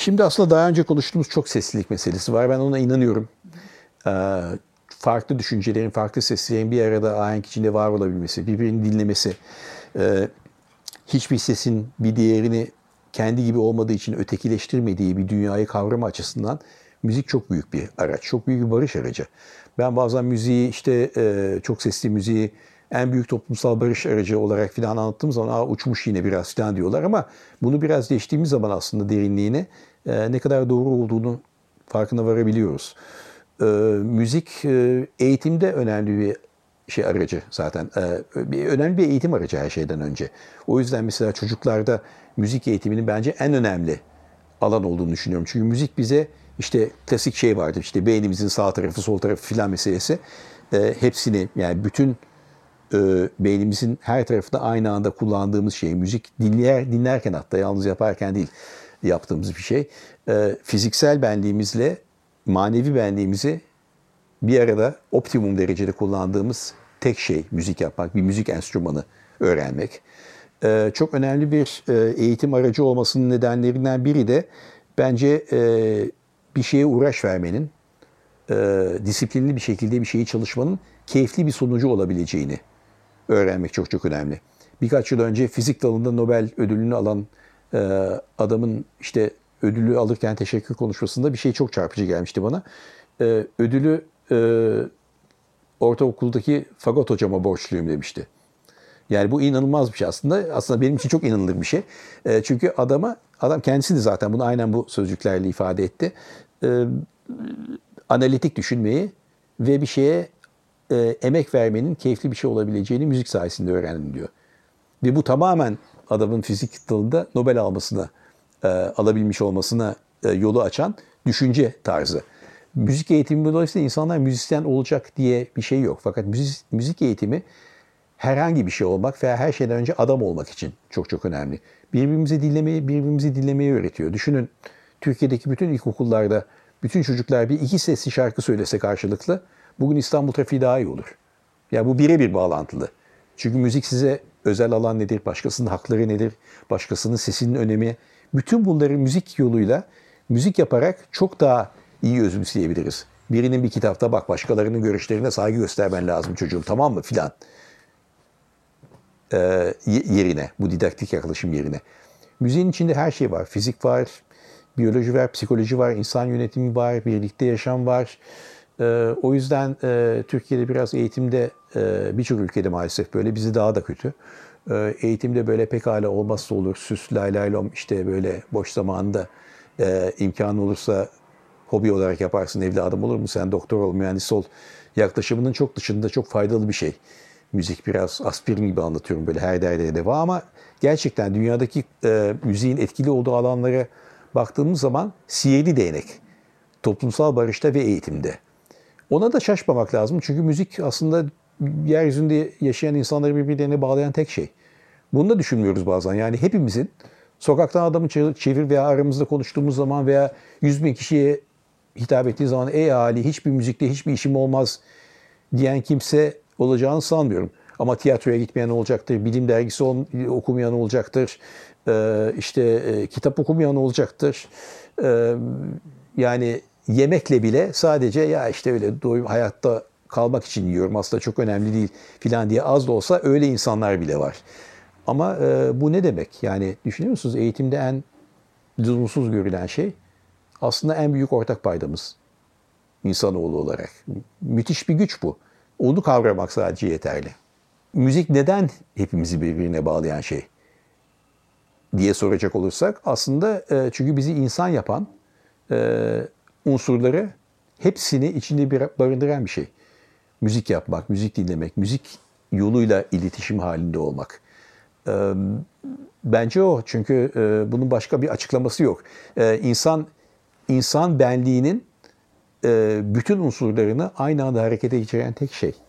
Şimdi aslında daha önce konuştuğumuz çok seslilik meselesi var. Ben ona inanıyorum. Farklı düşüncelerin, farklı seslerin bir arada ahenk içinde var olabilmesi, birbirini dinlemesi, hiçbir sesin bir diğerini kendi gibi olmadığı için ötekileştirmediği bir dünyayı kavrama açısından müzik çok büyük bir araç, çok büyük bir barış aracı. Ben bazen müziği işte çok sesli müziği en büyük toplumsal barış aracı olarak filan anlattığım zaman uçmuş yine biraz filan diyorlar ama bunu biraz değiştiğimiz zaman aslında derinliğine ne kadar doğru olduğunu farkına varabiliyoruz. Müzik eğitimde önemli bir şey aracı zaten. Önemli bir eğitim aracı her şeyden önce. O yüzden mesela çocuklarda müzik eğitiminin bence en önemli alan olduğunu düşünüyorum. Çünkü müzik bize işte klasik şey vardır. İşte beynimizin sağ tarafı, sol tarafı filan meselesi. Hepsini yani bütün beynimizin her tarafında aynı anda kullandığımız şey. Müzik dinlerken hatta yalnız yaparken değil yaptığımız bir şey. Fiziksel benliğimizle manevi benliğimizi bir arada optimum derecede kullandığımız tek şey müzik yapmak, bir müzik enstrümanı öğrenmek. Çok önemli bir eğitim aracı olmasının nedenlerinden biri de bence bir şeye uğraş vermenin, disiplinli bir şekilde bir şeyi çalışmanın keyifli bir sonucu olabileceğini öğrenmek çok çok önemli. Birkaç yıl önce fizik dalında Nobel ödülünü alan adamın işte ödülü alırken teşekkür konuşmasında bir şey çok çarpıcı gelmişti bana. Ödülü ortaokuldaki fagot hocama borçluyum demişti. Yani bu inanılmaz bir şey aslında. Aslında benim için çok inanılır bir şey. Çünkü adam kendisi de zaten bunu aynen bu sözcüklerle ifade etti. Analitik düşünmeyi ve bir şeye emek vermenin keyifli bir şey olabileceğini müzik sayesinde öğrendim diyor. Ve bu tamamen adamın fizik dalında Nobel almasına, alabilmiş olmasına yolu açan düşünce tarzı. Müzik eğitimi dolayısıyla insanlar müzisyen olacak diye bir şey yok. Fakat müzik eğitimi herhangi bir şey olmak veya her şeyden önce adam olmak için çok çok önemli. Birbirimizi dinlemeyi öğretiyor. Düşünün Türkiye'deki bütün ilkokullarda bütün çocuklar bir iki sesli şarkı söylese karşılıklı bugün İstanbul trafiği daha iyi olur. Yani bu birebir bağlantılı. Çünkü müzik size özel alan nedir, başkasının hakları nedir, başkasının sesinin önemi. Bütün bunları müzik yoluyla, müzik yaparak çok daha iyi özümseyebiliriz. Birinin bir kitapta bak başkalarının görüşlerine saygı göstermen lazım çocuğum tamam mı filan yerine, bu didaktik yaklaşım yerine. Müziğin içinde her şey var. Fizik var, biyoloji var, psikoloji var, insan yönetimi var, birlikte yaşam var. O yüzden Türkiye'de biraz eğitimde birçok ülkede maalesef böyle bizi daha da kötü. Eğitimde böyle pekala olmazsa olur, süs, lay lay lom işte böyle boş zamanında imkanı olursa hobi olarak yaparsın, evli adam olur mu sen doktor ol, mühendis ol yaklaşımının çok dışında çok faydalı bir şey. Müzik biraz aspirin gibi anlatıyorum böyle her derde deva ama gerçekten dünyadaki müziğin etkili olduğu alanlara baktığımız zaman sihirli değnek. Toplumsal barışta ve eğitimde. Ona da şaşmamak lazım çünkü müzik aslında yeryüzünde yaşayan insanları birbirlerine bağlayan tek şey. Bunu da düşünmüyoruz bazen. Yani hepimizin sokaktan adamı çevir veya aramızda konuştuğumuz zaman veya 100.000 kişiye hitap ettiği zaman ey hali hiçbir müzikle hiçbir işim olmaz diyen kimse olacağını sanmıyorum. Ama tiyatroya gitmeyen olacaktır, bilim dergisi okumayan olacaktır, işte kitap okumayan olacaktır. Yani yemekle bile sadece ya işte öyle doyum hayatta kalmak için yiyorum aslında çok önemli değil filan diye az da olsa öyle insanlar bile var. Ama bu ne demek? Yani düşünüyor musunuz eğitimde en lüzumsuz görülen şey aslında en büyük ortak paydamız insanoğlu olarak. Müthiş bir güç bu. Onu kavramak sadece yeterli. Müzik neden hepimizi birbirine bağlayan şey diye soracak olursak aslında çünkü bizi insan yapan unsurları hepsini içinde barındıran bir şey. Müzik yapmak, müzik dinlemek, müzik yoluyla iletişim halinde olmak. Bence o çünkü bunun başka bir açıklaması yok. İnsan benliğinin bütün unsurlarını aynı anda harekete geçiren tek şey.